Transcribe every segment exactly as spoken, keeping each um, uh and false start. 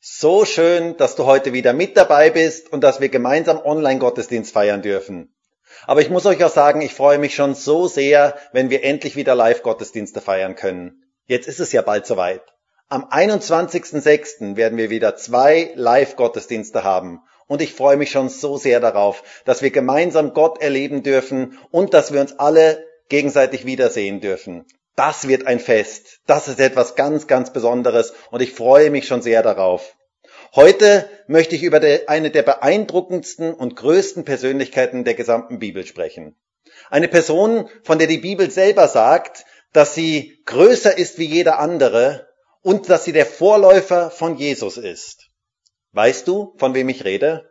So schön, dass du heute wieder mit dabei bist und dass wir gemeinsam Online-Gottesdienst feiern dürfen. Aber ich muss euch auch sagen, ich freue mich schon so sehr, wenn wir endlich wieder Live-Gottesdienste feiern können. Jetzt ist es ja bald soweit. Am einundzwanzigsten sechsten werden wir wieder zwei Live-Gottesdienste haben. Und ich freue mich schon so sehr darauf, dass wir gemeinsam Gott erleben dürfen und dass wir uns alle gegenseitig wiedersehen dürfen. Das wird ein Fest. Das ist etwas ganz, ganz Besonderes und ich freue mich schon sehr darauf. Heute möchte ich über eine der beeindruckendsten und größten Persönlichkeiten der gesamten Bibel sprechen. Eine Person, von der die Bibel selber sagt, dass sie größer ist wie jeder andere und dass sie der Vorläufer von Jesus ist. Weißt du, von wem ich rede?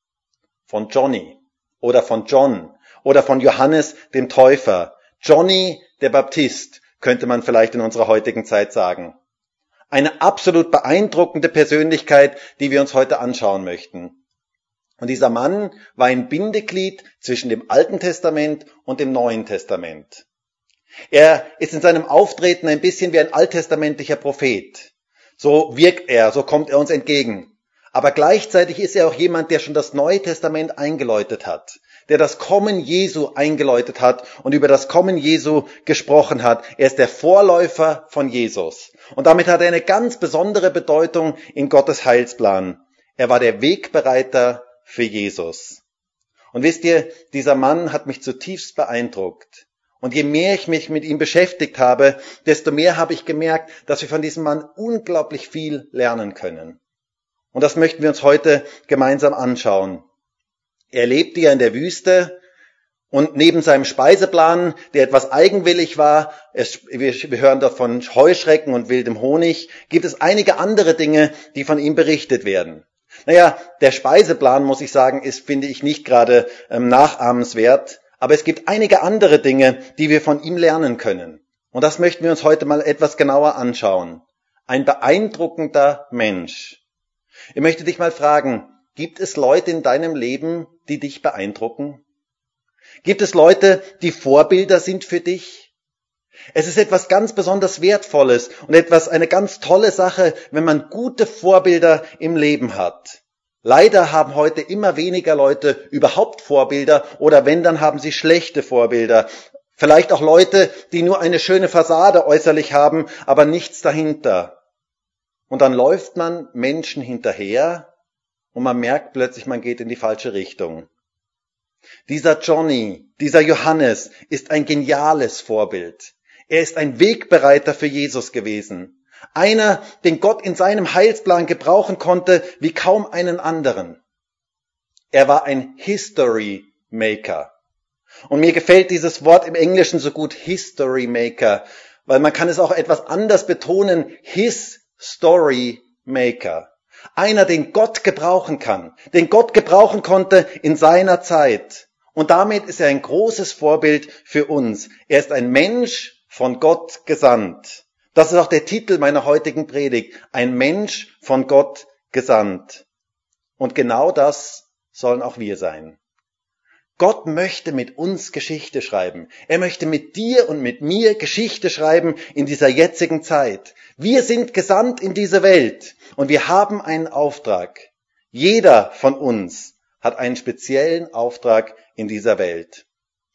Von Johnny oder von John oder von Johannes dem Täufer. Johnny der Baptist, könnte man vielleicht in unserer heutigen Zeit sagen. Eine absolut beeindruckende Persönlichkeit, die wir uns heute anschauen möchten. Und dieser Mann war ein Bindeglied zwischen dem Alten Testament und dem Neuen Testament. Er ist in seinem Auftreten ein bisschen wie ein alttestamentlicher Prophet. So wirkt er, so kommt er uns entgegen. Aber gleichzeitig ist er auch jemand, der schon das Neue Testament eingeläutet hat, der das Kommen Jesu eingeläutet hat und über das Kommen Jesu gesprochen hat. Er ist der Vorläufer von Jesus. Und damit hat er eine ganz besondere Bedeutung in Gottes Heilsplan. Er war der Wegbereiter für Jesus. Und wisst ihr, dieser Mann hat mich zutiefst beeindruckt. Und je mehr ich mich mit ihm beschäftigt habe, desto mehr habe ich gemerkt, dass wir von diesem Mann unglaublich viel lernen können. Und das möchten wir uns heute gemeinsam anschauen. Er lebte ja in der Wüste und neben seinem Speiseplan, der etwas eigenwillig war, es, wir, wir hören dort von Heuschrecken und wildem Honig, gibt es einige andere Dinge, die von ihm berichtet werden. Naja, der Speiseplan, muss ich sagen, ist, finde ich, nicht gerade ähm, nachahmenswert, aber es gibt einige andere Dinge, die wir von ihm lernen können. Und das möchten wir uns heute mal etwas genauer anschauen. Ein beeindruckender Mensch. Ich möchte dich mal fragen, gibt es Leute in deinem Leben, die dich beeindrucken? Gibt es Leute, die Vorbilder sind für dich? Es ist etwas ganz besonders Wertvolles und etwas, eine ganz tolle Sache, wenn man gute Vorbilder im Leben hat. Leider haben heute immer weniger Leute überhaupt Vorbilder oder wenn, dann haben sie schlechte Vorbilder. Vielleicht auch Leute, die nur eine schöne Fassade äußerlich haben, aber nichts dahinter. Und dann läuft man Menschen hinterher und man merkt plötzlich, man geht in die falsche Richtung. Dieser Johnny, dieser Johannes ist ein geniales Vorbild. Er ist ein Wegbereiter für Jesus gewesen. Einer, den Gott in seinem Heilsplan gebrauchen konnte wie kaum einen anderen. Er war ein History Maker. Und mir gefällt dieses Wort im Englischen so gut, History Maker, weil man kann es auch etwas anders betonen, His Story Maker. Einer, den Gott gebrauchen kann, den Gott gebrauchen konnte in seiner Zeit. Und damit ist er ein großes Vorbild für uns. Er ist ein Mensch von Gott gesandt. Das ist auch der Titel meiner heutigen Predigt. Ein Mensch von Gott gesandt. Und genau das sollen auch wir sein. Gott möchte mit uns Geschichte schreiben. Er möchte mit dir und mit mir Geschichte schreiben in dieser jetzigen Zeit. Wir sind gesandt in diese Welt und wir haben einen Auftrag. Jeder von uns hat einen speziellen Auftrag in dieser Welt.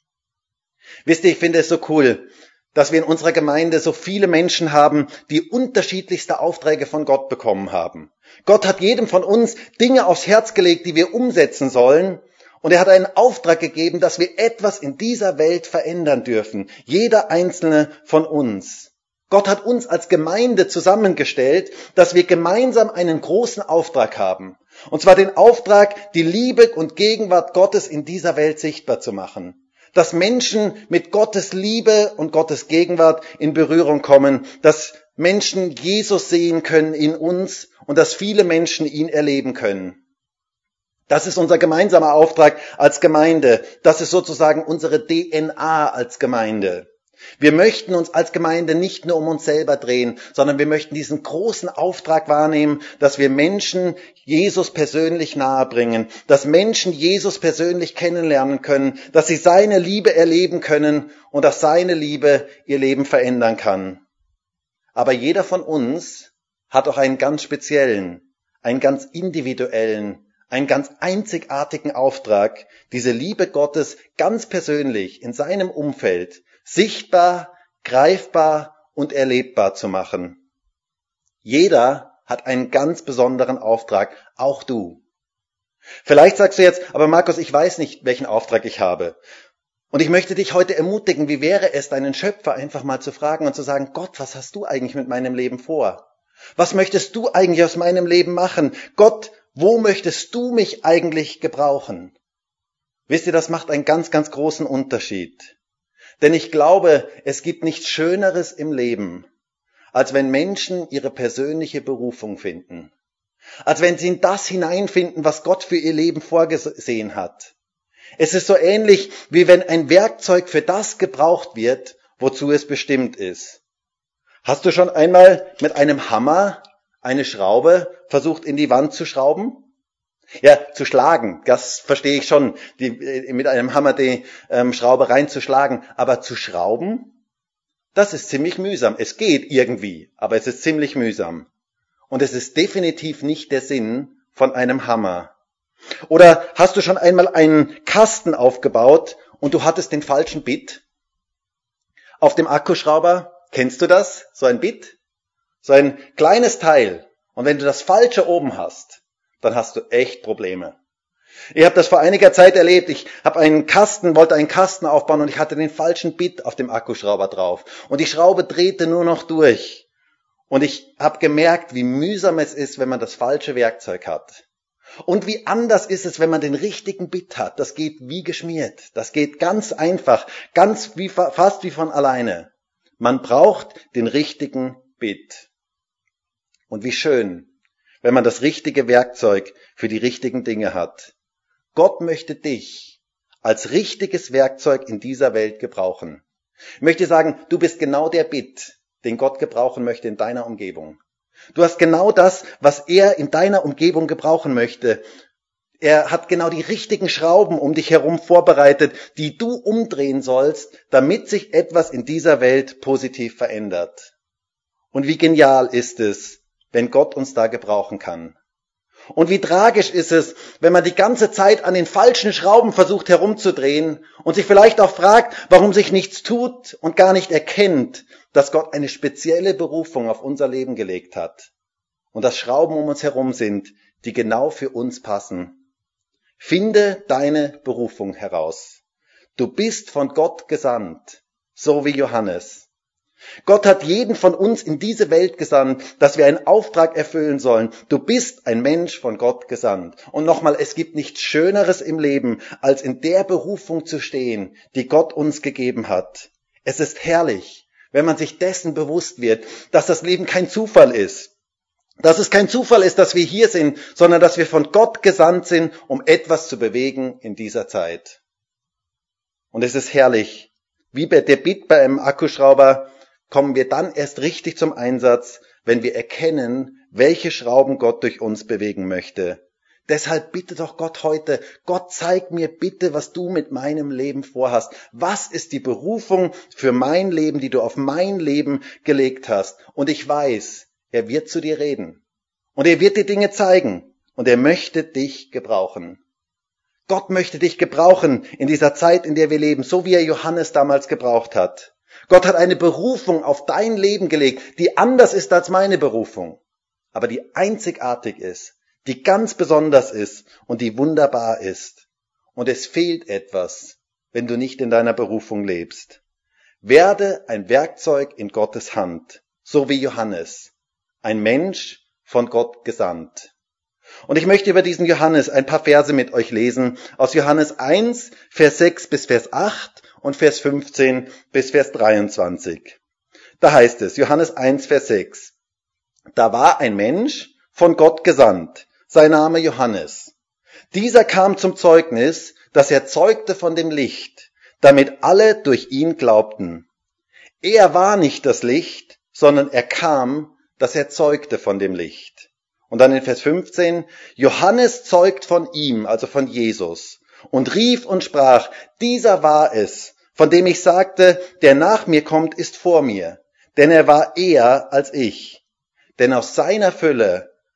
Wisst ihr, ich finde es so cool, dass wir in unserer Gemeinde so viele Menschen haben, die unterschiedlichste Aufträge von Gott bekommen haben. Gott hat jedem von uns Dinge aufs Herz gelegt, die wir umsetzen sollen. Und er hat einen Auftrag gegeben, dass wir etwas in dieser Welt verändern dürfen. Jeder einzelne von uns. Gott hat uns als Gemeinde zusammengestellt, dass wir gemeinsam einen großen Auftrag haben. Und zwar den Auftrag, die Liebe und Gegenwart Gottes in dieser Welt sichtbar zu machen. Dass Menschen mit Gottes Liebe und Gottes Gegenwart in Berührung kommen. Dass Menschen Jesus sehen können in uns und dass viele Menschen ihn erleben können. Das ist unser gemeinsamer Auftrag als Gemeinde. Das ist sozusagen unsere D N A als Gemeinde. Wir möchten uns als Gemeinde nicht nur um uns selber drehen, sondern wir möchten diesen großen Auftrag wahrnehmen, dass wir Menschen Jesus persönlich nahebringen, dass Menschen Jesus persönlich kennenlernen können, dass sie seine Liebe erleben können und dass seine Liebe ihr Leben verändern kann. Aber jeder von uns hat auch einen ganz speziellen, einen ganz individuellen, einen ganz einzigartigen Auftrag, diese Liebe Gottes ganz persönlich in seinem Umfeld sichtbar, greifbar und erlebbar zu machen. Jeder hat einen ganz besonderen Auftrag, auch du. Vielleicht sagst du jetzt, aber Markus, ich weiß nicht, welchen Auftrag ich habe. Und ich möchte dich heute ermutigen, wie wäre es, deinen Schöpfer einfach mal zu fragen und zu sagen, Gott, was hast du eigentlich mit meinem Leben vor? Was möchtest du eigentlich aus meinem Leben machen? Gott, wo möchtest du mich eigentlich gebrauchen? Wisst ihr, das macht einen ganz, ganz großen Unterschied. Denn ich glaube, es gibt nichts Schöneres im Leben, als wenn Menschen ihre persönliche Berufung finden. Als wenn sie in das hineinfinden, was Gott für ihr Leben vorgesehen hat. Es ist so ähnlich, wie wenn ein Werkzeug für das gebraucht wird, wozu es bestimmt ist. Hast du schon einmal mit einem Hammer eine Schraube versucht in die Wand zu schrauben? Ja, zu schlagen, das verstehe ich schon, die, mit einem Hammer die ähm, Schraube reinzuschlagen. Aber zu schrauben, das ist ziemlich mühsam. Es geht irgendwie, aber es ist ziemlich mühsam. Und es ist definitiv nicht der Sinn von einem Hammer. Oder hast du schon einmal einen Kasten aufgebaut und du hattest den falschen Bit auf dem Akkuschrauber? Kennst du das? So ein Bit? So ein kleines Teil. Und wenn du das Falsche oben hast, dann hast du echt Probleme. Ich habe das vor einiger Zeit erlebt. Ich habe einen Kasten, wollte einen Kasten aufbauen und ich hatte den falschen Bit auf dem Akkuschrauber drauf. Und die Schraube drehte nur noch durch. Und ich habe gemerkt, wie mühsam es ist, wenn man das falsche Werkzeug hat. Und wie anders ist es, wenn man den richtigen Bit hat. Das geht wie geschmiert. Das geht ganz einfach, ganz wie, fast wie von alleine. Man braucht den richtigen Bit. Und wie schön, wenn man das richtige Werkzeug für die richtigen Dinge hat. Gott möchte dich als richtiges Werkzeug in dieser Welt gebrauchen. Ich möchte sagen, du bist genau der Bit, den Gott gebrauchen möchte in deiner Umgebung. Du hast genau das, was er in deiner Umgebung gebrauchen möchte. Er hat genau die richtigen Schrauben um dich herum vorbereitet, die du umdrehen sollst, damit sich etwas in dieser Welt positiv verändert. Und wie genial ist es, wenn Gott uns da gebrauchen kann. Und wie tragisch ist es, wenn man die ganze Zeit an den falschen Schrauben versucht herumzudrehen und sich vielleicht auch fragt, warum sich nichts tut und gar nicht erkennt, dass Gott eine spezielle Berufung auf unser Leben gelegt hat. Und dass Schrauben um uns herum sind, die genau für uns passen. Finde deine Berufung heraus. Du bist von Gott gesandt, so wie Johannes. Gott hat jeden von uns in diese Welt gesandt, dass wir einen Auftrag erfüllen sollen. Du bist ein Mensch von Gott gesandt. Und nochmal, es gibt nichts Schöneres im Leben, als in der Berufung zu stehen, die Gott uns gegeben hat. Es ist herrlich, wenn man sich dessen bewusst wird, dass das Leben kein Zufall ist. Dass es kein Zufall ist, dass wir hier sind, sondern dass wir von Gott gesandt sind, um etwas zu bewegen in dieser Zeit. Und es ist herrlich, wie bei der Bit bei einem Akkuschrauber, kommen wir dann erst richtig zum Einsatz, wenn wir erkennen, welche Schrauben Gott durch uns bewegen möchte. Deshalb bitte doch Gott heute, Gott, zeig mir bitte, was du mit meinem Leben vorhast. Was ist die Berufung für mein Leben, die du auf mein Leben gelegt hast? Und ich weiß, er wird zu dir reden. Und er wird dir Dinge zeigen. Und er möchte dich gebrauchen. Gott möchte dich gebrauchen in dieser Zeit, in der wir leben, so wie er Johannes damals gebraucht hat. Gott hat eine Berufung auf dein Leben gelegt, die anders ist als meine Berufung, aber die einzigartig ist, die ganz besonders ist und die wunderbar ist. Und es fehlt etwas, wenn du nicht in deiner Berufung lebst. Werde ein Werkzeug in Gottes Hand, so wie Johannes, ein Mensch von Gott gesandt. Und ich möchte über diesen Johannes ein paar Verse mit euch lesen, aus Johannes eins, Vers sechs bis Vers acht und Vers fünfzehn bis Vers dreiundzwanzig. Da heißt es, Johannes eins, Vers sechs, da war ein Mensch von Gott gesandt, sein Name Johannes. Dieser kam zum Zeugnis, dass er zeugte von dem Licht, damit alle durch ihn glaubten. Er war nicht das Licht, sondern er kam, dass er zeugte von dem Licht. Und dann in Vers fünfzehn, Johannes zeugt von ihm, also von Jesus, und rief und sprach, dieser war es, von dem ich sagte, der nach mir kommt, ist vor mir, denn er war eher als ich. Denn aus seiner Fülle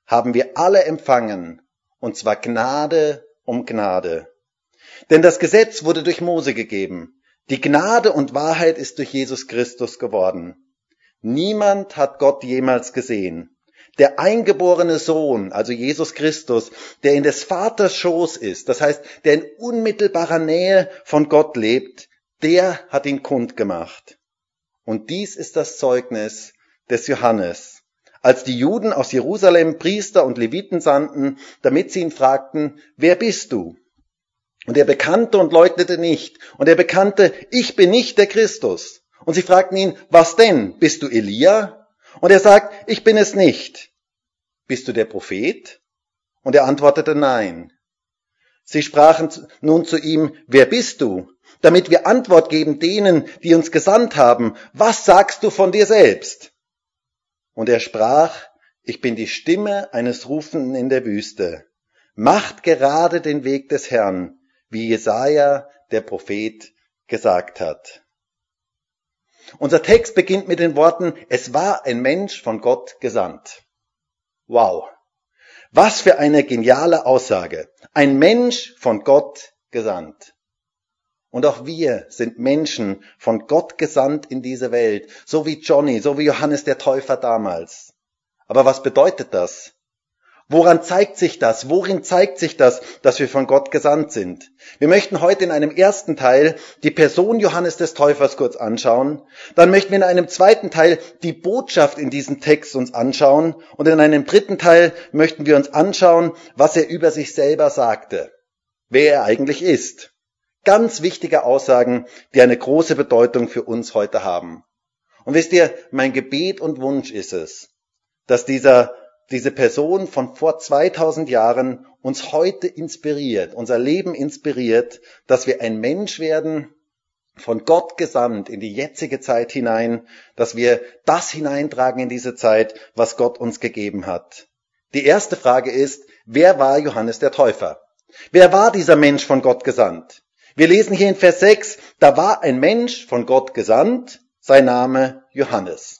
haben wir alle empfangen, und zwar Gnade um Gnade. Denn das Gesetz wurde durch Mose gegeben. Die Gnade und Wahrheit ist durch Jesus Christus geworden. Niemand hat Gott jemals gesehen. Der eingeborene Sohn, also Jesus Christus, der in des Vaters Schoß ist, das heißt, der in unmittelbarer Nähe von Gott lebt, der hat ihn kundgemacht. Und dies ist das Zeugnis des Johannes. Als die Juden aus Jerusalem Priester und Leviten sandten, damit sie ihn fragten, wer bist du? Und er bekannte und leugnete nicht. Und er bekannte, ich bin nicht der Christus. Und sie fragten ihn, was denn? Bist du Elia? Und er sagt, ich bin es nicht. Bist du der Prophet? Und er antwortete, nein. Sie sprachen nun zu ihm, wer bist du? Damit wir Antwort geben denen, die uns gesandt haben. Was sagst du von dir selbst? Und er sprach, ich bin die Stimme eines Rufenden in der Wüste. Macht gerade den Weg des Herrn, wie Jesaja, der Prophet, gesagt hat. Unser Text beginnt mit den Worten, es war ein Mensch von Gott gesandt. Wow, was für eine geniale Aussage. Ein Mensch von Gott gesandt. Und auch wir sind Menschen von Gott gesandt in diese Welt, so wie Johnny, so wie Johannes der Täufer damals. Aber was bedeutet das? Woran zeigt sich das? Worin zeigt sich das, dass wir von Gott gesandt sind? Wir möchten heute in einem ersten Teil die Person Johannes des Täufers kurz anschauen. Dann möchten wir in einem zweiten Teil die Botschaft in diesem Text uns anschauen. Und in einem dritten Teil möchten wir uns anschauen, was er über sich selber sagte. Wer er eigentlich ist. Ganz wichtige Aussagen, die eine große Bedeutung für uns heute haben. Und wisst ihr, mein Gebet und Wunsch ist es, dass dieser diese Person von vor zweitausend Jahren uns heute inspiriert, unser Leben inspiriert, dass wir ein Mensch werden, von Gott gesandt in die jetzige Zeit hinein, dass wir das hineintragen in diese Zeit, was Gott uns gegeben hat. Die erste Frage ist, wer war Johannes der Täufer? Wer war dieser Mensch von Gott gesandt? Wir lesen hier in Vers sechs, da war ein Mensch von Gott gesandt, sein Name Johannes.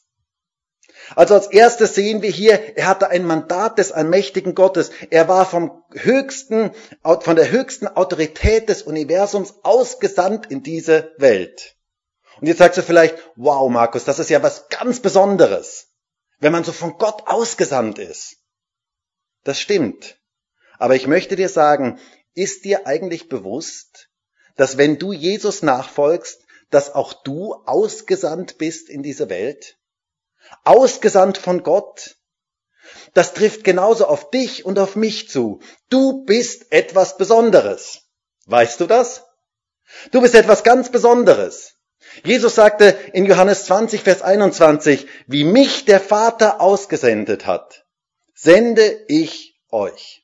Also als erstes sehen wir hier, er hatte ein Mandat des allmächtigen Gottes. Er war vom höchsten, von der höchsten Autorität des Universums ausgesandt in diese Welt. Und jetzt sagst du vielleicht, wow Markus, das ist ja was ganz Besonderes, wenn man so von Gott ausgesandt ist. Das stimmt. Aber ich möchte dir sagen, ist dir eigentlich bewusst, dass wenn du Jesus nachfolgst, dass auch du ausgesandt bist in diese Welt? Ausgesandt von Gott. Das trifft genauso auf dich und auf mich zu. Du bist etwas Besonderes. Weißt du das? Du bist etwas ganz Besonderes. Jesus sagte in Johannes zwanzig, Vers einundzwanzig, wie mich der Vater ausgesendet hat, sende ich euch.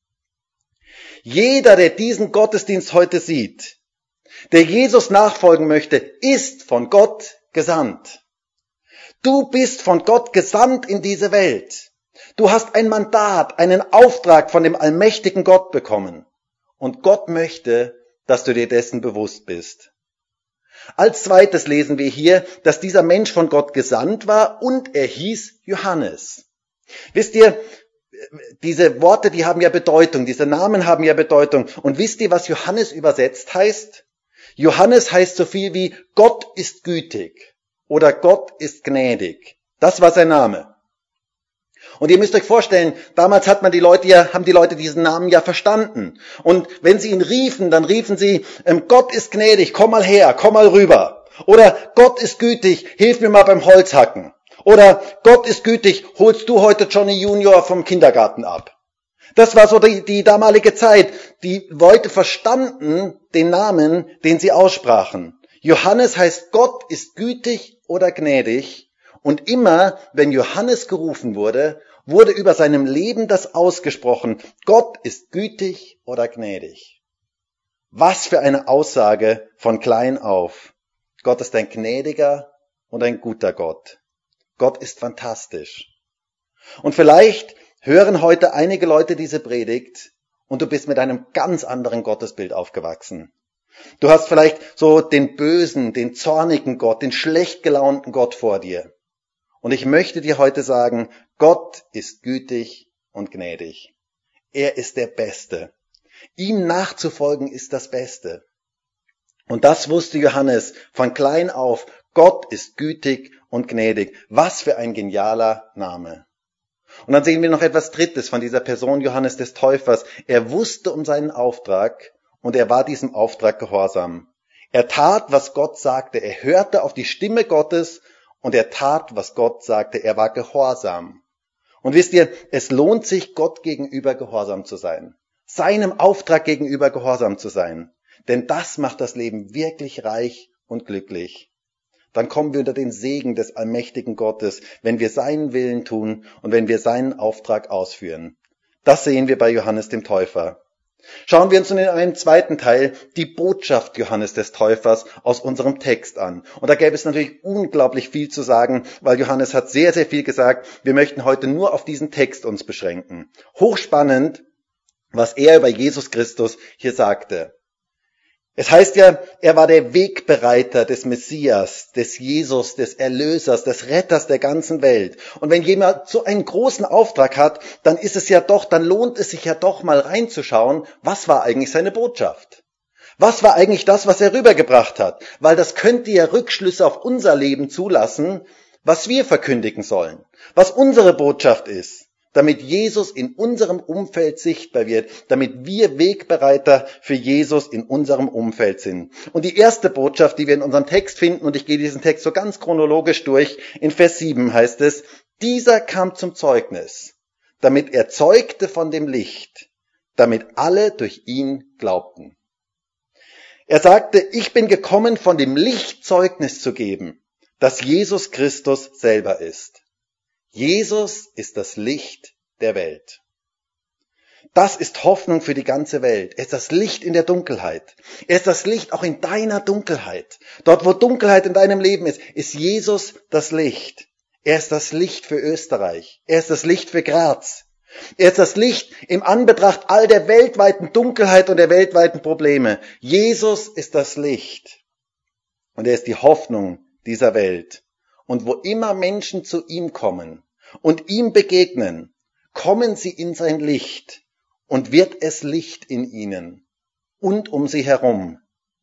Jeder, der diesen Gottesdienst heute sieht, der Jesus nachfolgen möchte, ist von Gott gesandt. Du bist von Gott gesandt in diese Welt. Du hast ein Mandat, einen Auftrag von dem allmächtigen Gott bekommen. Und Gott möchte, dass du dir dessen bewusst bist. Als zweites lesen wir hier, dass dieser Mensch von Gott gesandt war und er hieß Johannes. Wisst ihr, diese Worte, die haben ja Bedeutung, diese Namen haben ja Bedeutung. Und wisst ihr, was Johannes übersetzt heißt? Johannes heißt so viel wie Gott ist gütig. Oder Gott ist gnädig. Das war sein Name. Und ihr müsst euch vorstellen, damals hat man die Leute ja, haben die Leute diesen Namen ja verstanden. Und wenn sie ihn riefen, dann riefen sie, Gott ist gnädig, komm mal her, komm mal rüber. Oder Gott ist gütig, hilf mir mal beim Holzhacken. Oder Gott ist gütig, holst du heute Johnny Junior vom Kindergarten ab. Das war so die, die damalige Zeit. Die Leute verstanden den Namen, den sie aussprachen. Johannes heißt, Gott ist gütig oder gnädig. Und immer, wenn Johannes gerufen wurde, wurde über seinem Leben das ausgesprochen. Gott ist gütig oder gnädig. Was für eine Aussage von klein auf. Gott ist ein gnädiger und ein guter Gott. Gott ist fantastisch. Und vielleicht hören heute einige Leute diese Predigt und du bist mit einem ganz anderen Gottesbild aufgewachsen. Du hast vielleicht so den bösen, den zornigen Gott, den schlecht gelaunten Gott vor dir. Und ich möchte dir heute sagen, Gott ist gütig und gnädig. Er ist der Beste. Ihm nachzufolgen ist das Beste. Und das wusste Johannes von klein auf. Gott ist gütig und gnädig. Was für ein genialer Name. Und dann sehen wir noch etwas Drittes von dieser Person Johannes des Täufers. Er wusste um seinen Auftrag und er war diesem Auftrag gehorsam. Er tat, was Gott sagte. Er hörte auf die Stimme Gottes und er tat, was Gott sagte. Er war gehorsam. Und wisst ihr, es lohnt sich, Gott gegenüber gehorsam zu sein. Seinem Auftrag gegenüber gehorsam zu sein. Denn das macht das Leben wirklich reich und glücklich. Dann kommen wir unter den Segen des allmächtigen Gottes, wenn wir seinen Willen tun und wenn wir seinen Auftrag ausführen. Das sehen wir bei Johannes dem Täufer. Schauen wir uns nun in einem zweiten Teil die Botschaft Johannes des Täufers aus unserem Text an. Und da gäbe es natürlich unglaublich viel zu sagen, weil Johannes hat sehr, sehr viel gesagt. Wir möchten heute nur auf diesen Text uns beschränken. Hochspannend, was er über Jesus Christus hier sagte. Es heißt ja, er war der Wegbereiter des Messias, des Jesus, des Erlösers, des Retters der ganzen Welt. Und wenn jemand so einen großen Auftrag hat, dann ist es ja doch, dann lohnt es sich ja doch mal reinzuschauen, was war eigentlich seine Botschaft? Was war eigentlich das, was er rübergebracht hat? Weil das könnte ja Rückschlüsse auf unser Leben zulassen, was wir verkündigen sollen, was unsere Botschaft ist. Damit Jesus in unserem Umfeld sichtbar wird, damit wir Wegbereiter für Jesus in unserem Umfeld sind. Und die erste Botschaft, die wir in unserem Text finden, und ich gehe diesen Text so ganz chronologisch durch, in Vers sieben heißt es, dieser kam zum Zeugnis, damit er zeugte von dem Licht, damit alle durch ihn glaubten. Er sagte, ich bin gekommen, von dem Licht Zeugnis zu geben, dass Jesus Christus selber ist. Jesus ist das Licht der Welt. Das ist Hoffnung für die ganze Welt. Er ist das Licht in der Dunkelheit. Er ist das Licht auch in deiner Dunkelheit. Dort, wo Dunkelheit in deinem Leben ist, ist Jesus das Licht. Er ist das Licht für Österreich. Er ist das Licht für Graz. Er ist das Licht im Anbetracht all der weltweiten Dunkelheit und der weltweiten Probleme. Jesus ist das Licht. Und er ist die Hoffnung dieser Welt. Und wo immer Menschen zu ihm kommen und ihm begegnen, kommen sie in sein Licht und wird es Licht in ihnen und um sie herum.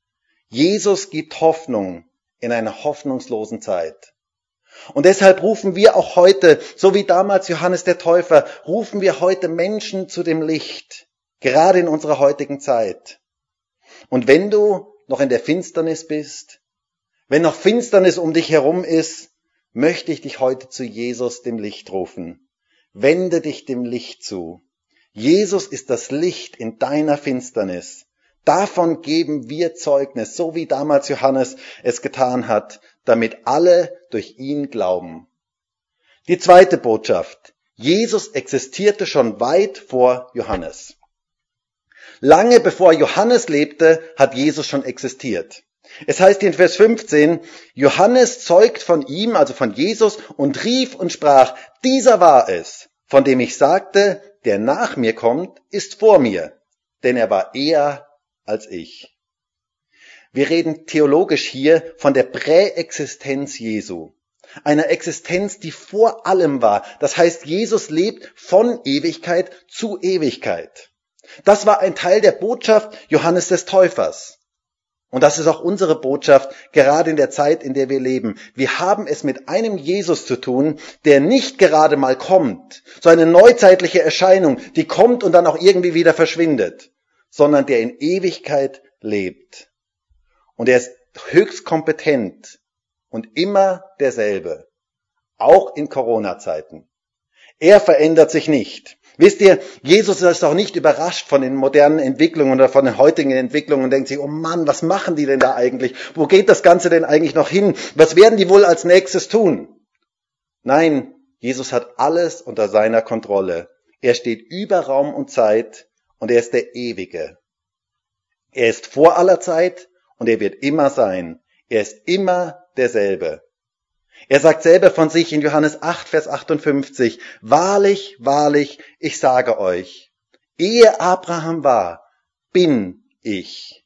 Jesus gibt Hoffnung in einer hoffnungslosen Zeit. Und deshalb rufen wir auch heute, so wie damals Johannes der Täufer, rufen wir heute Menschen zu dem Licht, gerade in unserer heutigen Zeit. Und wenn du noch in der Finsternis bist, wenn noch Finsternis um dich herum ist, möchte ich dich heute zu Jesus, dem Licht, rufen. Wende dich dem Licht zu. Jesus ist das Licht in deiner Finsternis. Davon geben wir Zeugnis, so wie damals Johannes es getan hat, damit alle durch ihn glauben. Die zweite Botschaft. Jesus existierte schon weit vor Johannes. Lange bevor Johannes lebte, hat Jesus schon existiert. Es heißt in Vers fünfzehn, Johannes zeugt von ihm, also von Jesus, und rief und sprach, dieser war es, von dem ich sagte, der nach mir kommt, ist vor mir, denn er war eher als ich. Wir reden theologisch hier von der Präexistenz Jesu, einer Existenz, die vor allem war. Das heißt, Jesus lebt von Ewigkeit zu Ewigkeit. Das war ein Teil der Botschaft Johannes des Täufers. Und das ist auch unsere Botschaft, gerade in der Zeit, in der wir leben. Wir haben es mit einem Jesus zu tun, der nicht gerade mal kommt, so eine neuzeitliche Erscheinung, die kommt und dann auch irgendwie wieder verschwindet, sondern der in Ewigkeit lebt. Und er ist höchst kompetent und immer derselbe, auch in Corona-Zeiten. Er verändert sich nicht. Wisst ihr, Jesus ist auch nicht überrascht von den modernen Entwicklungen oder von den heutigen Entwicklungen und denkt sich, oh Mann, was machen die denn da eigentlich? Wo geht das Ganze denn eigentlich noch hin? Was werden die wohl als nächstes tun? Nein, Jesus hat alles unter seiner Kontrolle. Er steht über Raum und Zeit und er ist der Ewige. Er ist vor aller Zeit und er wird immer sein. Er ist immer derselbe. Er sagt selber von sich in Johannes acht, Vers achtundfünfzig, wahrlich, wahrlich, ich sage euch, ehe Abraham war, bin ich.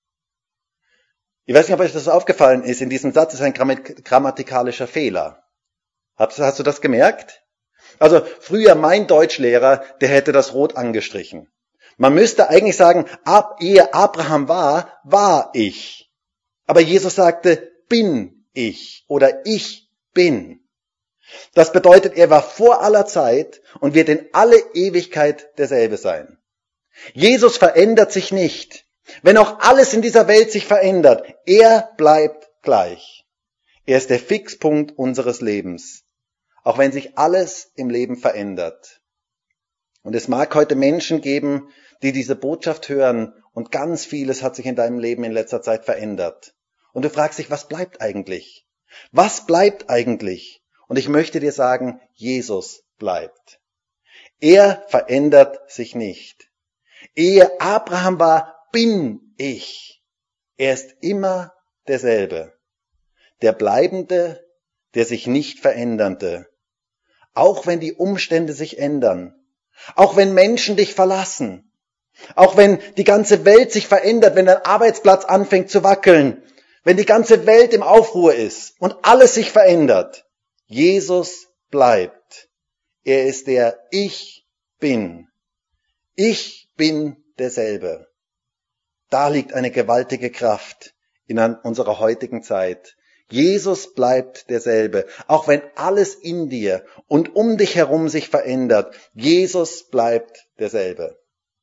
Ich weiß nicht, ob euch das aufgefallen ist, in diesem Satz ist ein grammatikalischer Fehler. Hast, hast du das gemerkt? Also früher mein Deutschlehrer, der hätte das rot angestrichen. Man müsste eigentlich sagen, ab ehe Abraham war, war ich. Aber Jesus sagte, bin ich oder ich bin. Das bedeutet, er war vor aller Zeit und wird in alle Ewigkeit derselbe sein. Jesus verändert sich nicht. Wenn auch alles in dieser Welt sich verändert, er bleibt gleich. Er ist der Fixpunkt unseres Lebens, auch wenn sich alles im Leben verändert. Und es mag heute Menschen geben, die diese Botschaft hören und ganz vieles hat sich in deinem Leben in letzter Zeit verändert. Und du fragst dich, was bleibt eigentlich? Was bleibt eigentlich? Und ich möchte dir sagen, Jesus bleibt. Er verändert sich nicht. Ehe Abraham war, bin ich. Er ist immer derselbe. Der Bleibende, der sich nicht verändernde. Auch wenn die Umstände sich ändern. Auch wenn Menschen dich verlassen. Auch wenn die ganze Welt sich verändert, wenn dein Arbeitsplatz anfängt zu wackeln. Wenn die ganze Welt im Aufruhr ist und alles sich verändert. Jesus bleibt. Er ist der Ich bin. Ich bin derselbe. Da liegt eine gewaltige Kraft in unserer heutigen Zeit. Jesus bleibt derselbe, auch wenn alles in dir und um dich herum sich verändert. Jesus bleibt derselbe.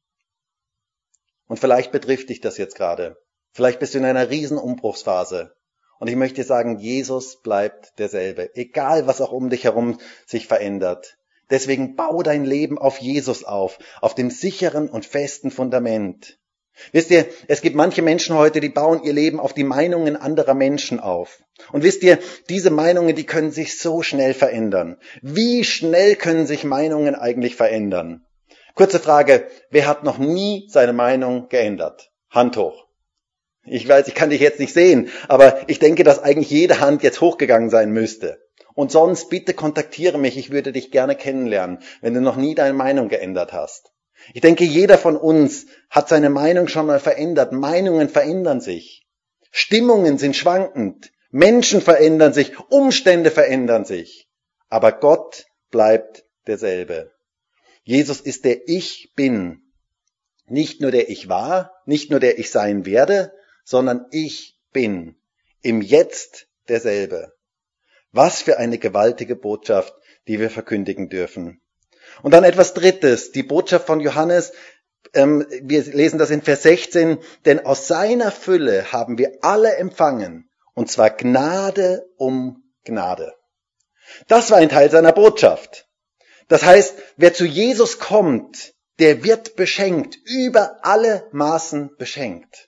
Und vielleicht betrifft dich das jetzt gerade. Vielleicht bist du in einer riesen Umbruchsphase. Und ich möchte dir sagen, Jesus bleibt derselbe, egal was auch um dich herum sich verändert. Deswegen bau dein Leben auf Jesus auf, auf dem sicheren und festen Fundament. Wisst ihr, es gibt manche Menschen heute, die bauen ihr Leben auf die Meinungen anderer Menschen auf. Und wisst ihr, diese Meinungen, die können sich so schnell verändern. Wie schnell können sich Meinungen eigentlich verändern? Kurze Frage, wer hat noch nie seine Meinung geändert? Hand hoch. Ich weiß, ich kann dich jetzt nicht sehen, aber ich denke, dass eigentlich jede Hand jetzt hochgegangen sein müsste. Und sonst bitte kontaktiere mich, ich würde dich gerne kennenlernen, wenn du noch nie deine Meinung geändert hast. Ich denke, jeder von uns hat seine Meinung schon mal verändert. Meinungen verändern sich. Stimmungen sind schwankend. Menschen verändern sich. Umstände verändern sich. Aber Gott bleibt derselbe. Jesus ist der Ich bin. Nicht nur der Ich war, nicht nur der Ich sein werde, sondern ich bin. Im Jetzt derselbe. Was für eine gewaltige Botschaft, die wir verkündigen dürfen. Und dann etwas Drittes, die Botschaft von Johannes, ähm, wir lesen das in Vers sechzehn, denn aus seiner Fülle haben wir alle empfangen, und zwar Gnade um Gnade. Das war ein Teil seiner Botschaft. Das heißt, wer zu Jesus kommt, der wird beschenkt, über alle Maßen beschenkt.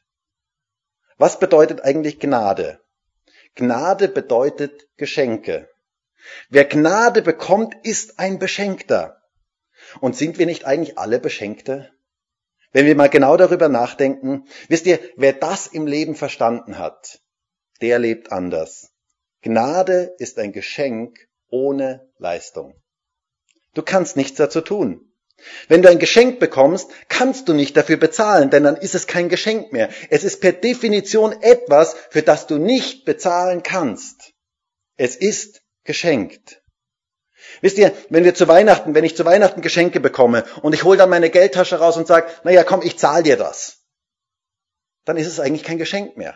Was bedeutet eigentlich Gnade? Gnade bedeutet Geschenke. Wer Gnade bekommt, ist ein Beschenkter. Und sind wir nicht eigentlich alle Beschenkte? Wenn wir mal genau darüber nachdenken, wisst ihr, wer das im Leben verstanden hat, der lebt anders. Gnade ist ein Geschenk ohne Leistung. Du kannst nichts dazu tun. Wenn du ein Geschenk bekommst, kannst du nicht dafür bezahlen, denn dann ist es kein Geschenk mehr. Es ist per Definition etwas, für das du nicht bezahlen kannst. Es ist geschenkt. Wisst ihr, wenn wir zu Weihnachten, wenn ich zu Weihnachten Geschenke bekomme und ich hole dann meine Geldtasche raus und sage, naja, komm, ich zahle dir das, dann ist es eigentlich kein Geschenk mehr.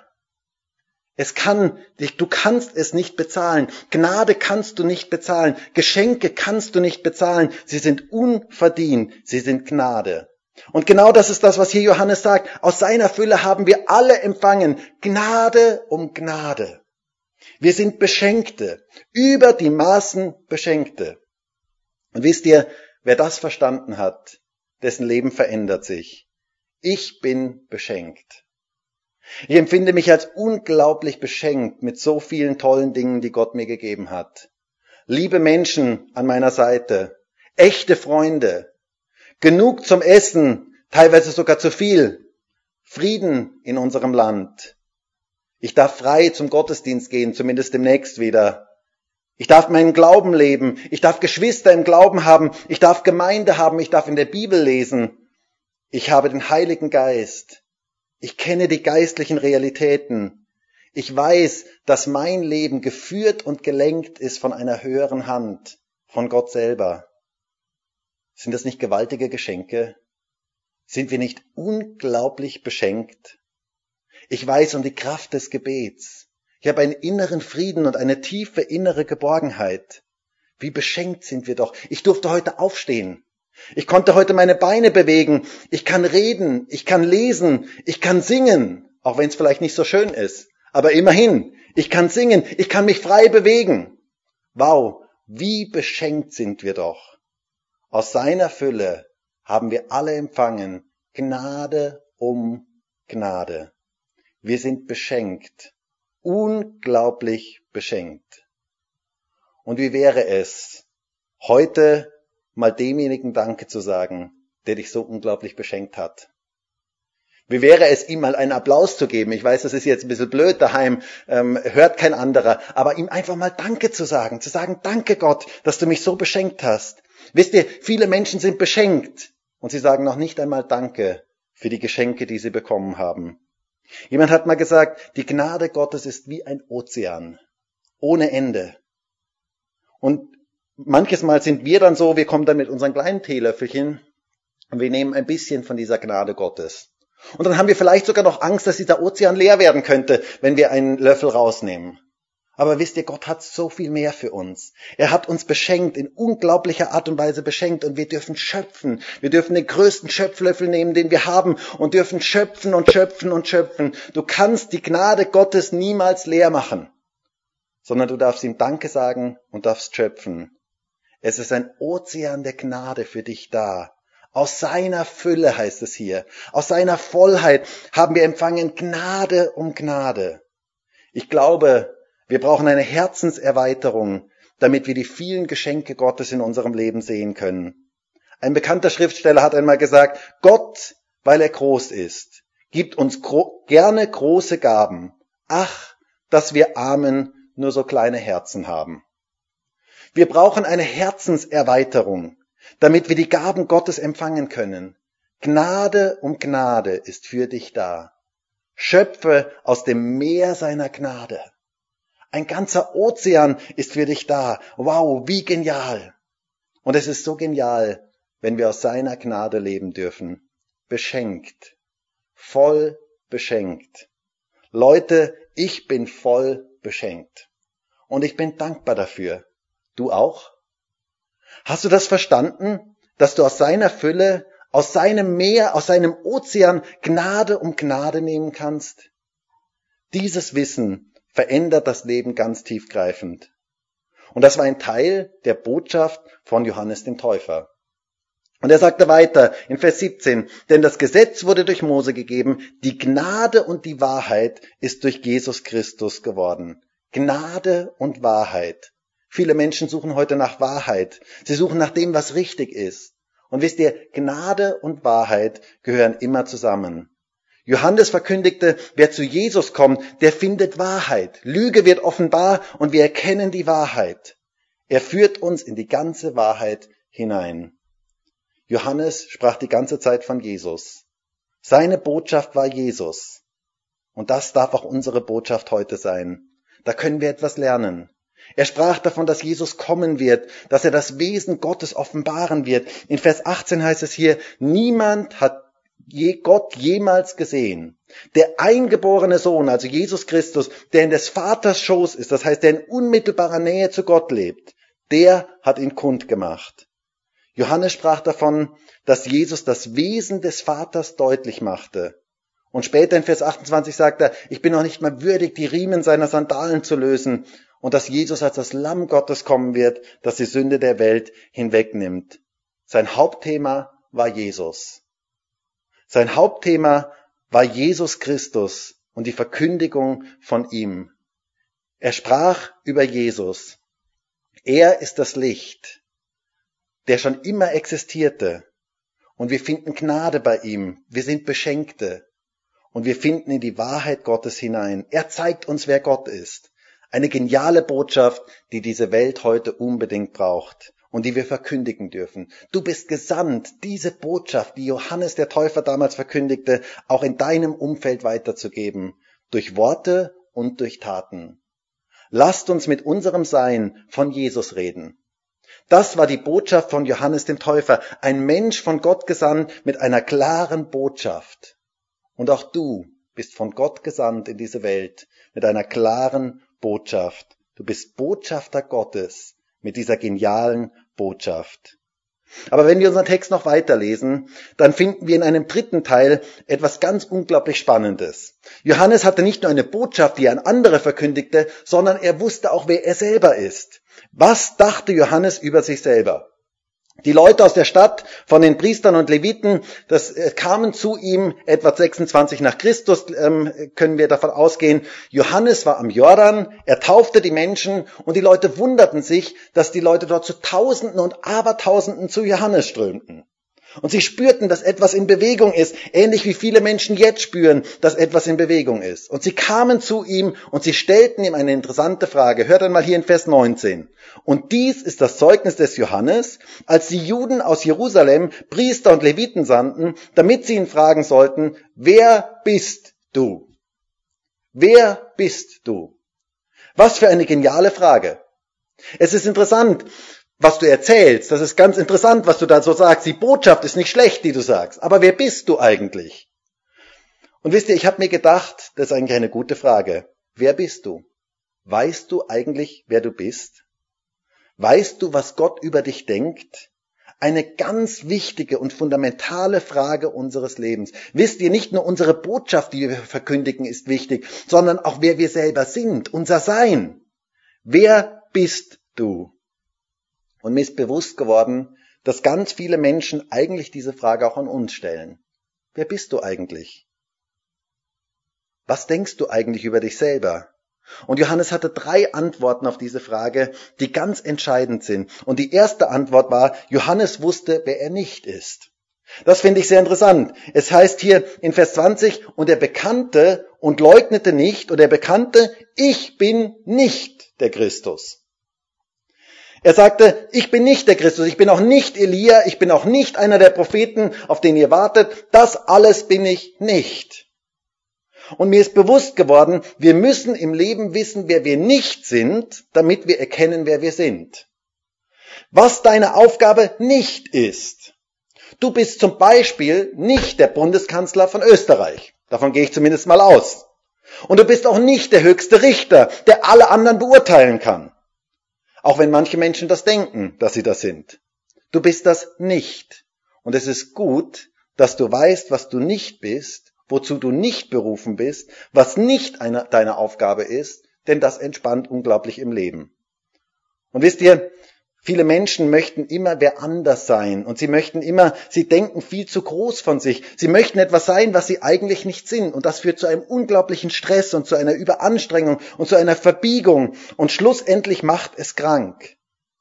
Es kann, du kannst es nicht bezahlen. Gnade kannst du nicht bezahlen. Geschenke kannst du nicht bezahlen. Sie sind unverdient. Sie sind Gnade. Und genau das ist das, was hier Johannes sagt. Aus seiner Fülle haben wir alle empfangen. Gnade um Gnade. Wir sind Beschenkte. Über die Maßen Beschenkte. Und wisst ihr, wer das verstanden hat, dessen Leben verändert sich. Ich bin beschenkt. Ich empfinde mich als unglaublich beschenkt mit so vielen tollen Dingen, die Gott mir gegeben hat. Liebe Menschen an meiner Seite, echte Freunde, genug zum Essen, teilweise sogar zu viel, Frieden in unserem Land. Ich darf frei zum Gottesdienst gehen, zumindest demnächst wieder. Ich darf meinen Glauben leben, ich darf Geschwister im Glauben haben, ich darf Gemeinde haben, ich darf in der Bibel lesen. Ich habe den Heiligen Geist. Ich kenne die geistlichen Realitäten. Ich weiß, dass mein Leben geführt und gelenkt ist von einer höheren Hand, von Gott selber. Sind das nicht gewaltige Geschenke? Sind wir nicht unglaublich beschenkt? Ich weiß um die Kraft des Gebets. Ich habe einen inneren Frieden und eine tiefe innere Geborgenheit. Wie beschenkt sind wir doch. Ich durfte heute aufstehen. Ich konnte heute meine Beine bewegen. Ich kann reden, ich kann lesen, ich kann singen, auch wenn es vielleicht nicht so schön ist. Aber immerhin, ich kann singen, ich kann mich frei bewegen. Wow, wie beschenkt sind wir doch. Aus seiner Fülle haben wir alle empfangen, Gnade um Gnade. Wir sind beschenkt, unglaublich beschenkt. Und wie wäre es, heute mal demjenigen Danke zu sagen, der dich so unglaublich beschenkt hat? Wie wäre es, ihm mal einen Applaus zu geben? Ich weiß, das ist jetzt ein bisschen blöd daheim, ähm, hört kein anderer, aber ihm einfach mal Danke zu sagen, zu sagen, danke Gott, dass du mich so beschenkt hast. Wisst ihr, viele Menschen sind beschenkt und sie sagen noch nicht einmal Danke für die Geschenke, die sie bekommen haben. Jemand hat mal gesagt, die Gnade Gottes ist wie ein Ozean, ohne Ende. Und manches Mal sind wir dann so, wir kommen dann mit unseren kleinen Teelöffelchen und wir nehmen ein bisschen von dieser Gnade Gottes. Und dann haben wir vielleicht sogar noch Angst, dass dieser Ozean leer werden könnte, wenn wir einen Löffel rausnehmen. Aber wisst ihr, Gott hat so viel mehr für uns. Er hat uns beschenkt, in unglaublicher Art und Weise beschenkt und wir dürfen schöpfen. Wir dürfen den größten Schöpflöffel nehmen, den wir haben und dürfen schöpfen und schöpfen und schöpfen. Du kannst die Gnade Gottes niemals leer machen, sondern du darfst ihm Danke sagen und darfst schöpfen. Es ist ein Ozean der Gnade für dich da. Aus seiner Fülle heißt es hier, aus seiner Vollheit haben wir empfangen Gnade um Gnade. Ich glaube, wir brauchen eine Herzenserweiterung, damit wir die vielen Geschenke Gottes in unserem Leben sehen können. Ein bekannter Schriftsteller hat einmal gesagt, Gott, weil er groß ist, gibt uns gro- gerne große Gaben. Ach, dass wir Armen nur so kleine Herzen haben. Wir brauchen eine Herzenserweiterung, damit wir die Gaben Gottes empfangen können. Gnade um Gnade ist für dich da. Schöpfe aus dem Meer seiner Gnade. Ein ganzer Ozean ist für dich da. Wow, wie genial. Und es ist so genial, wenn wir aus seiner Gnade leben dürfen. Beschenkt. Voll beschenkt. Leute, ich bin voll beschenkt. Und ich bin dankbar dafür. Du auch? Hast du das verstanden, dass du aus seiner Fülle, aus seinem Meer, aus seinem Ozean Gnade um Gnade nehmen kannst? Dieses Wissen verändert das Leben ganz tiefgreifend. Und das war ein Teil der Botschaft von Johannes dem Täufer. Und er sagte weiter in Vers siebzehn, denn das Gesetz wurde durch Mose gegeben, die Gnade und die Wahrheit ist durch Jesus Christus geworden. Gnade und Wahrheit. Viele Menschen suchen heute nach Wahrheit. Sie suchen nach dem, was richtig ist. Und wisst ihr, Gnade und Wahrheit gehören immer zusammen. Johannes verkündigte, wer zu Jesus kommt, der findet Wahrheit. Lüge wird offenbar und wir erkennen die Wahrheit. Er führt uns in die ganze Wahrheit hinein. Johannes sprach die ganze Zeit von Jesus. Seine Botschaft war Jesus. Und das darf auch unsere Botschaft heute sein. Da können wir etwas lernen. Er sprach davon, dass Jesus kommen wird, dass er das Wesen Gottes offenbaren wird. In Vers achtzehn heißt es hier, niemand hat je Gott jemals gesehen. Der eingeborene Sohn, also Jesus Christus, der in des Vaters Schoß ist, das heißt, der in unmittelbarer Nähe zu Gott lebt, der hat ihn kundgemacht. Johannes sprach davon, dass Jesus das Wesen des Vaters deutlich machte. Und später in Vers achtundzwanzig sagt er, ich bin noch nicht mal würdig, die Riemen seiner Sandalen zu lösen. Und dass Jesus als das Lamm Gottes kommen wird, das die Sünde der Welt hinwegnimmt. Sein Hauptthema war Jesus. Sein Hauptthema war Jesus Christus und die Verkündigung von ihm. Er sprach über Jesus. Er ist das Licht, der schon immer existierte. Und wir finden Gnade bei ihm. Wir sind Beschenkte. Und wir finden in die Wahrheit Gottes hinein. Er zeigt uns, wer Gott ist. Eine geniale Botschaft, die diese Welt heute unbedingt braucht und die wir verkündigen dürfen. Du bist gesandt, diese Botschaft, die Johannes der Täufer damals verkündigte, auch in deinem Umfeld weiterzugeben, durch Worte und durch Taten. Lasst uns mit unserem Sein von Jesus reden. Das war die Botschaft von Johannes dem Täufer. Ein Mensch von Gott gesandt mit einer klaren Botschaft. Und auch du bist von Gott gesandt in diese Welt mit einer klaren Botschaft. Du bist Botschafter Gottes mit dieser genialen Botschaft. Aber wenn wir unseren Text noch weiterlesen, dann finden wir in einem dritten Teil etwas ganz unglaublich Spannendes. Johannes hatte nicht nur eine Botschaft, die er an andere verkündigte, sondern er wusste auch, wer er selber ist. Was dachte Johannes über sich selber? Die Leute aus der Stadt, von den Priestern und Leviten, das äh, kamen zu ihm, etwa sechsundzwanzig nach Christus, ähm, können wir davon ausgehen. Johannes war am Jordan, er taufte die Menschen und die Leute wunderten sich, dass die Leute dort zu Tausenden und Abertausenden zu Johannes strömten. Und sie spürten, dass etwas in Bewegung ist, ähnlich wie viele Menschen jetzt spüren, dass etwas in Bewegung ist. Und sie kamen zu ihm und sie stellten ihm eine interessante Frage. Hört einmal hier in Vers neunzehn. Und dies ist das Zeugnis des Johannes, als die Juden aus Jerusalem Priester und Leviten sandten, damit sie ihn fragen sollten, wer bist du? Wer bist du? Was für eine geniale Frage. Es ist interessant, was du erzählst, das ist ganz interessant, was du da so sagst. Die Botschaft ist nicht schlecht, die du sagst. Aber wer bist du eigentlich? Und wisst ihr, ich habe mir gedacht, das ist eigentlich eine gute Frage. Wer bist du? Weißt du eigentlich, wer du bist? Weißt du, was Gott über dich denkt? Eine ganz wichtige und fundamentale Frage unseres Lebens. Wisst ihr, nicht nur unsere Botschaft, die wir verkündigen, ist wichtig, sondern auch wer wir selber sind, unser Sein. Wer bist du? Und mir ist bewusst geworden, dass ganz viele Menschen eigentlich diese Frage auch an uns stellen. Wer bist du eigentlich? Was denkst du eigentlich über dich selber? Und Johannes hatte drei Antworten auf diese Frage, die ganz entscheidend sind. Und die erste Antwort war, Johannes wusste, wer er nicht ist. Das finde ich sehr interessant. Es heißt hier in Vers zwanzig, und er bekannte und leugnete nicht, und er bekannte, ich bin nicht der Christus. Er sagte, ich bin nicht der Christus, ich bin auch nicht Elia, ich bin auch nicht einer der Propheten, auf den ihr wartet. Das alles bin ich nicht. Und mir ist bewusst geworden, wir müssen im Leben wissen, wer wir nicht sind, damit wir erkennen, wer wir sind. Was deine Aufgabe nicht ist. Du bist zum Beispiel nicht der Bundeskanzler von Österreich. Davon gehe ich zumindest mal aus. Und du bist auch nicht der höchste Richter, der alle anderen beurteilen kann. Auch wenn manche Menschen das denken, dass sie das sind. Du bist das nicht. Und es ist gut, dass du weißt, was du nicht bist, wozu du nicht berufen bist, was nicht eine, deine Aufgabe ist, denn das entspannt unglaublich im Leben. Und wisst ihr, viele Menschen möchten immer wer anders sein und sie möchten immer, sie denken viel zu groß von sich. Sie möchten etwas sein, was sie eigentlich nicht sind und das führt zu einem unglaublichen Stress und zu einer Überanstrengung und zu einer Verbiegung und schlussendlich macht es krank.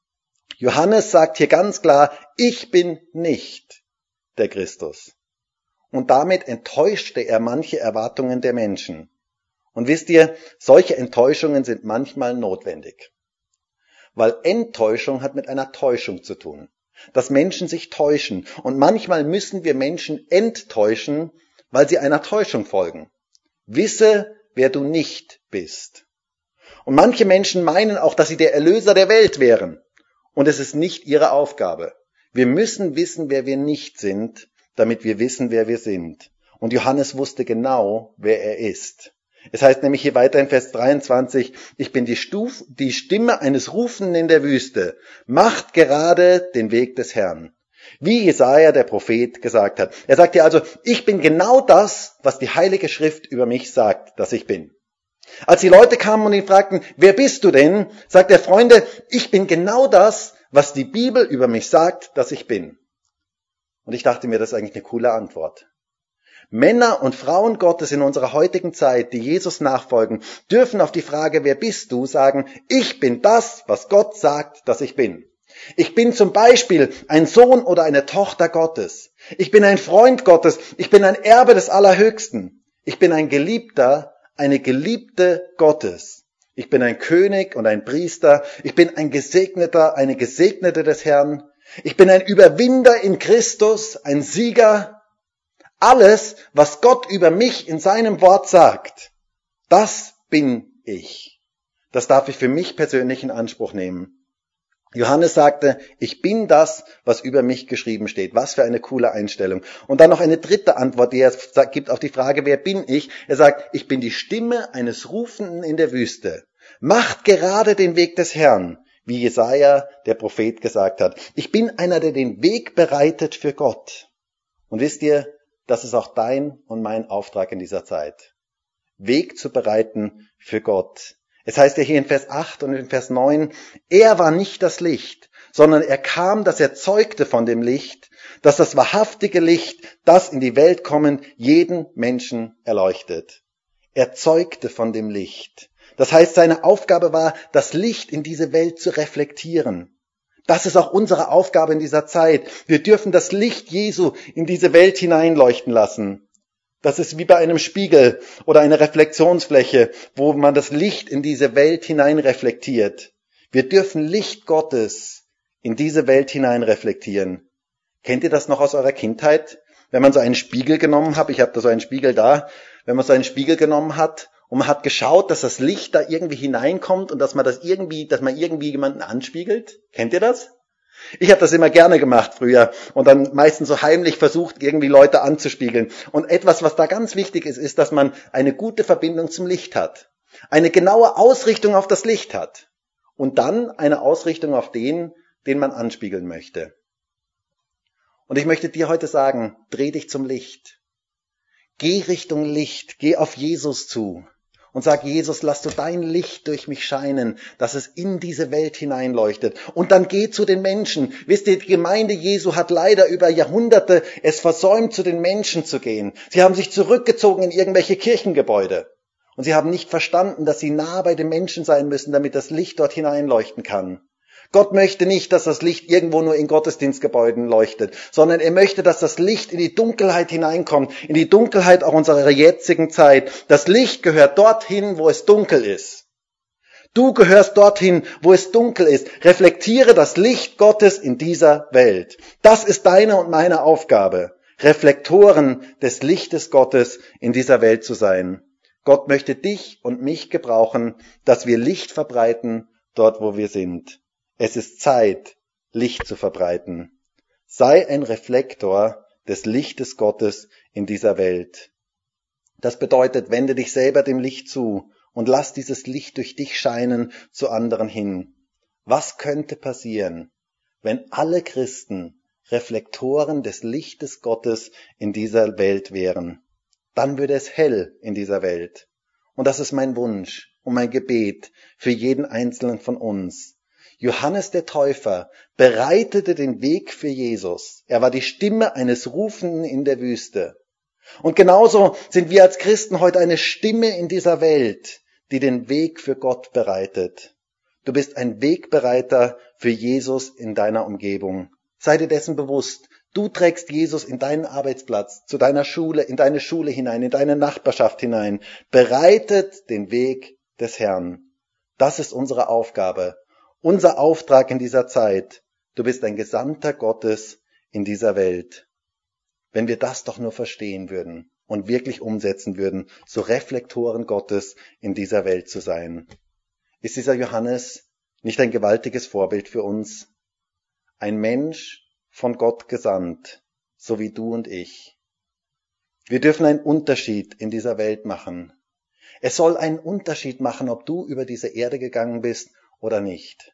Johannes sagt hier ganz klar, ich bin nicht der Christus. Und damit enttäuschte er manche Erwartungen der Menschen. Und wisst ihr, solche Enttäuschungen sind manchmal notwendig. Weil Enttäuschung hat mit einer Täuschung zu tun. Dass Menschen sich täuschen. Und manchmal müssen wir Menschen enttäuschen, weil sie einer Täuschung folgen. Wisse, wer du nicht bist. Und manche Menschen meinen auch, dass sie der Erlöser der Welt wären. Und es ist nicht ihre Aufgabe. Wir müssen wissen, wer wir nicht sind, damit wir wissen, wer wir sind. Und Johannes wusste genau, wer er ist. Es heißt nämlich hier weiter in Vers dreiundzwanzig, ich bin die, Stuf, die Stimme eines Rufenden in der Wüste, macht gerade den Weg des Herrn. Wie Jesaja, der Prophet, gesagt hat. Er sagt ja also, ich bin genau das, was die Heilige Schrift über mich sagt, dass ich bin. Als die Leute kamen und ihn fragten, wer bist du denn? Sagt er, Freunde, ich bin genau das, was die Bibel über mich sagt, dass ich bin. Und ich dachte mir, das ist eigentlich eine coole Antwort. Männer und Frauen Gottes in unserer heutigen Zeit, die Jesus nachfolgen, dürfen auf die Frage, wer bist du, sagen, ich bin das, was Gott sagt, dass ich bin. Ich bin zum Beispiel ein Sohn oder eine Tochter Gottes. Ich bin ein Freund Gottes. Ich bin ein Erbe des Allerhöchsten. Ich bin ein Geliebter, eine Geliebte Gottes. Ich bin ein König und ein Priester. Ich bin ein Gesegneter, eine Gesegnete des Herrn. Ich bin ein Überwinder in Christus, ein Sieger. Alles, was Gott über mich in seinem Wort sagt, das bin ich. Das darf ich für mich persönlich in Anspruch nehmen. Johannes sagte, ich bin das, was über mich geschrieben steht. Was für eine coole Einstellung. Und dann noch eine dritte Antwort, die er gibt auf die Frage, wer bin ich? Er sagt, ich bin die Stimme eines Rufenden in der Wüste. Macht gerade den Weg des Herrn, wie Jesaja, der Prophet, gesagt hat. Ich bin einer, der den Weg bereitet für Gott. Und wisst ihr, das ist auch dein und mein Auftrag in dieser Zeit. Weg zu bereiten für Gott. Es heißt ja hier in Vers acht und in Vers neun, er war nicht das Licht, sondern er kam, dass er zeugte von dem Licht, dass das wahrhaftige Licht, das in die Welt kommen, jeden Menschen erleuchtet. Er zeugte von dem Licht. Das heißt, seine Aufgabe war, das Licht in diese Welt zu reflektieren. Das ist auch unsere Aufgabe in dieser Zeit. Wir dürfen das Licht Jesu in diese Welt hineinleuchten lassen. Das ist wie bei einem Spiegel oder einer Reflexionsfläche, wo man das Licht in diese Welt hinein reflektiert. Wir dürfen Licht Gottes in diese Welt hinein reflektieren. Kennt ihr das noch aus eurer Kindheit? Wenn man so einen Spiegel genommen hat, ich habe da so einen Spiegel da, wenn man so einen Spiegel genommen hat und man hat geschaut, dass das Licht da irgendwie hineinkommt und dass man das irgendwie, dass man irgendwie jemanden anspiegelt. Kennt ihr das? Ich habe das immer gerne gemacht früher und dann meistens so heimlich versucht, irgendwie Leute anzuspiegeln. Und etwas, was da ganz wichtig ist, ist, dass man eine gute Verbindung zum Licht hat. Eine genaue Ausrichtung auf das Licht hat. Und dann eine Ausrichtung auf den, den man anspiegeln möchte. Und ich möchte dir heute sagen, dreh dich zum Licht. Geh Richtung Licht, geh auf Jesus zu. Und sag, Jesus, lass du dein Licht durch mich scheinen, dass es in diese Welt hineinleuchtet. Und dann geh zu den Menschen. Wisst ihr, die Gemeinde Jesu hat leider über Jahrhunderte es versäumt, zu den Menschen zu gehen. Sie haben sich zurückgezogen in irgendwelche Kirchengebäude. Und sie haben nicht verstanden, dass sie nah bei den Menschen sein müssen, damit das Licht dort hineinleuchten kann. Gott möchte nicht, dass das Licht irgendwo nur in Gottesdienstgebäuden leuchtet, sondern er möchte, dass das Licht in die Dunkelheit hineinkommt, in die Dunkelheit auch unserer jetzigen Zeit. Das Licht gehört dorthin, wo es dunkel ist. Du gehörst dorthin, wo es dunkel ist. Reflektiere das Licht Gottes in dieser Welt. Das ist deine und meine Aufgabe, Reflektoren des Lichtes Gottes in dieser Welt zu sein. Gott möchte dich und mich gebrauchen, dass wir Licht verbreiten dort, wo wir sind. Es ist Zeit, Licht zu verbreiten. Sei ein Reflektor des Lichtes Gottes in dieser Welt. Das bedeutet, wende dich selber dem Licht zu und lass dieses Licht durch dich scheinen zu anderen hin. Was könnte passieren, wenn alle Christen Reflektoren des Lichtes Gottes in dieser Welt wären? Dann würde es hell in dieser Welt. Und das ist mein Wunsch und mein Gebet für jeden Einzelnen von uns. Johannes der Täufer bereitete den Weg für Jesus. Er war die Stimme eines Rufenden in der Wüste. Und genauso sind wir als Christen heute eine Stimme in dieser Welt, die den Weg für Gott bereitet. Du bist ein Wegbereiter für Jesus in deiner Umgebung. Sei dir dessen bewusst. Du trägst Jesus in deinen Arbeitsplatz, zu deiner Schule, in deine Schule hinein, in deine Nachbarschaft hinein. Bereitet den Weg des Herrn. Das ist unsere Aufgabe. Unser Auftrag in dieser Zeit, du bist ein Gesandter Gottes in dieser Welt. Wenn wir das doch nur verstehen würden und wirklich umsetzen würden, so Reflektoren Gottes in dieser Welt zu sein. Ist dieser Johannes nicht ein gewaltiges Vorbild für uns? Ein Mensch von Gott gesandt, so wie du und ich. Wir dürfen einen Unterschied in dieser Welt machen. Es soll einen Unterschied machen, ob du über diese Erde gegangen bist oder nicht.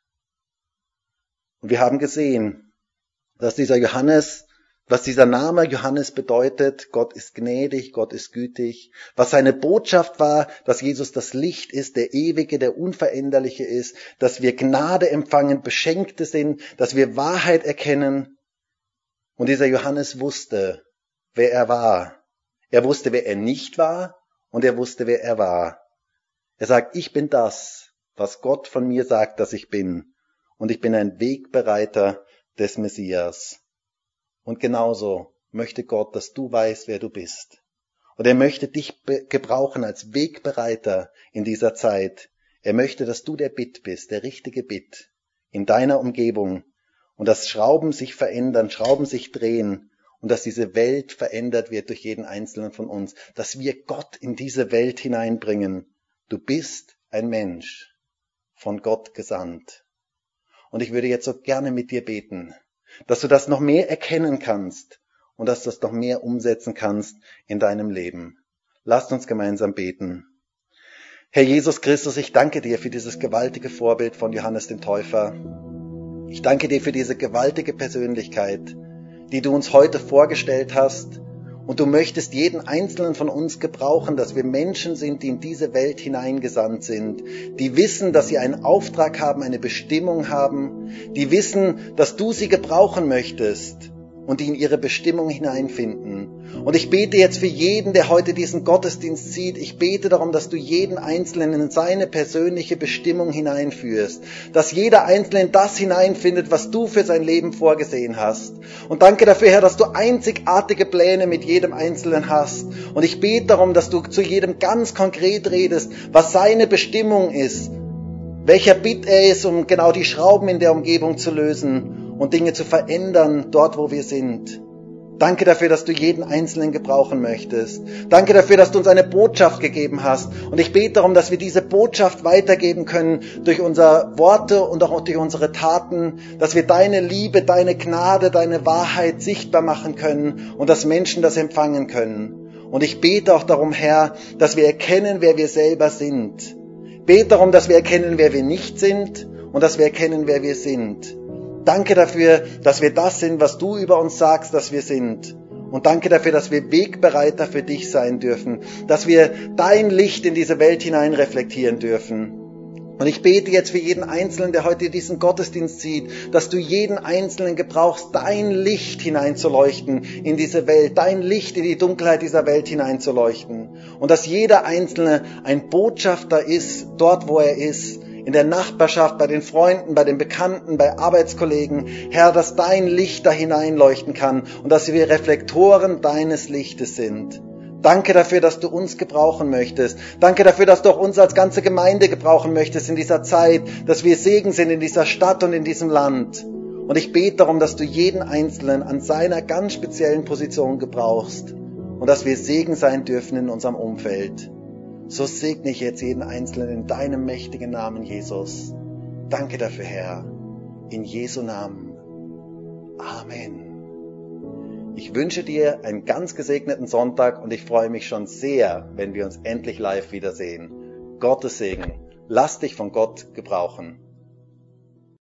Und wir haben gesehen, dass dieser Johannes, was dieser Name Johannes bedeutet, Gott ist gnädig, Gott ist gütig, was seine Botschaft war, dass Jesus das Licht ist, der Ewige, der Unveränderliche ist, dass wir Gnade empfangen, Beschenkte sind, dass wir Wahrheit erkennen. Und dieser Johannes wusste, wer er war. Er wusste, wer er nicht war und er wusste, wer er war. Er sagt, ich bin das, was Gott von mir sagt, dass ich bin. Und ich bin ein Wegbereiter des Messias. Und genauso möchte Gott, dass du weißt, wer du bist. Und er möchte dich gebrauchen als Wegbereiter in dieser Zeit. Er möchte, dass du der Bit bist, der richtige Bit in deiner Umgebung. Und dass Schrauben sich verändern, Schrauben sich drehen. Und dass diese Welt verändert wird durch jeden Einzelnen von uns. Dass wir Gott in diese Welt hineinbringen. Du bist ein Mensch, von Gott gesandt. Und ich würde jetzt so gerne mit dir beten, dass du das noch mehr erkennen kannst und dass du das noch mehr umsetzen kannst in deinem Leben. Lasst uns gemeinsam beten. Herr Jesus Christus, ich danke dir für dieses gewaltige Vorbild von Johannes dem Täufer. Ich danke dir für diese gewaltige Persönlichkeit, die du uns heute vorgestellt hast. Und du möchtest jeden einzelnen von uns gebrauchen, dass wir Menschen sind, die in diese Welt hineingesandt sind, die wissen, dass sie einen Auftrag haben, eine Bestimmung haben, die wissen, dass du sie gebrauchen möchtest und die in ihre Bestimmung hineinfinden. Und ich bete jetzt für jeden, der heute diesen Gottesdienst sieht, ich bete darum, dass du jeden Einzelnen in seine persönliche Bestimmung hineinführst, dass jeder Einzelne in das hineinfindet, was du für sein Leben vorgesehen hast. Und danke dafür, Herr, dass du einzigartige Pläne mit jedem Einzelnen hast. Und ich bete darum, dass du zu jedem ganz konkret redest, was seine Bestimmung ist, welcher Bit er ist, um genau die Schrauben in der Umgebung zu lösen und Dinge zu verändern, dort wo wir sind. Danke dafür, dass du jeden Einzelnen gebrauchen möchtest. Danke dafür, dass du uns eine Botschaft gegeben hast. Und ich bete darum, dass wir diese Botschaft weitergeben können durch unsere Worte und auch durch unsere Taten, dass wir deine Liebe, deine Gnade, deine Wahrheit sichtbar machen können und dass Menschen das empfangen können. Und ich bete auch darum, Herr, dass wir erkennen, wer wir selber sind. Bete darum, dass wir erkennen, wer wir nicht sind und dass wir erkennen, wer wir sind. Danke dafür, dass wir das sind, was du über uns sagst, dass wir sind. Und danke dafür, dass wir Wegbereiter für dich sein dürfen, dass wir dein Licht in diese Welt hinein reflektieren dürfen. Und ich bete jetzt für jeden Einzelnen, der heute diesen Gottesdienst sieht, dass du jeden Einzelnen gebrauchst, dein Licht hineinzuleuchten in diese Welt, dein Licht in die Dunkelheit dieser Welt hineinzuleuchten. Und dass jeder Einzelne ein Botschafter ist, dort wo er ist, in der Nachbarschaft, bei den Freunden, bei den Bekannten, bei Arbeitskollegen. Herr, dass dein Licht da hineinleuchten kann und dass wir Reflektoren deines Lichtes sind. Danke dafür, dass du uns gebrauchen möchtest. Danke dafür, dass du auch uns als ganze Gemeinde gebrauchen möchtest in dieser Zeit, dass wir Segen sind in dieser Stadt und in diesem Land. Und ich bete darum, dass du jeden Einzelnen an seiner ganz speziellen Position gebrauchst und dass wir Segen sein dürfen in unserem Umfeld. So segne ich jetzt jeden Einzelnen in deinem mächtigen Namen, Jesus. Danke dafür, Herr. In Jesu Namen. Amen. Ich wünsche dir einen ganz gesegneten Sonntag und ich freue mich schon sehr, wenn wir uns endlich live wiedersehen. Gottes Segen. Lass dich von Gott gebrauchen.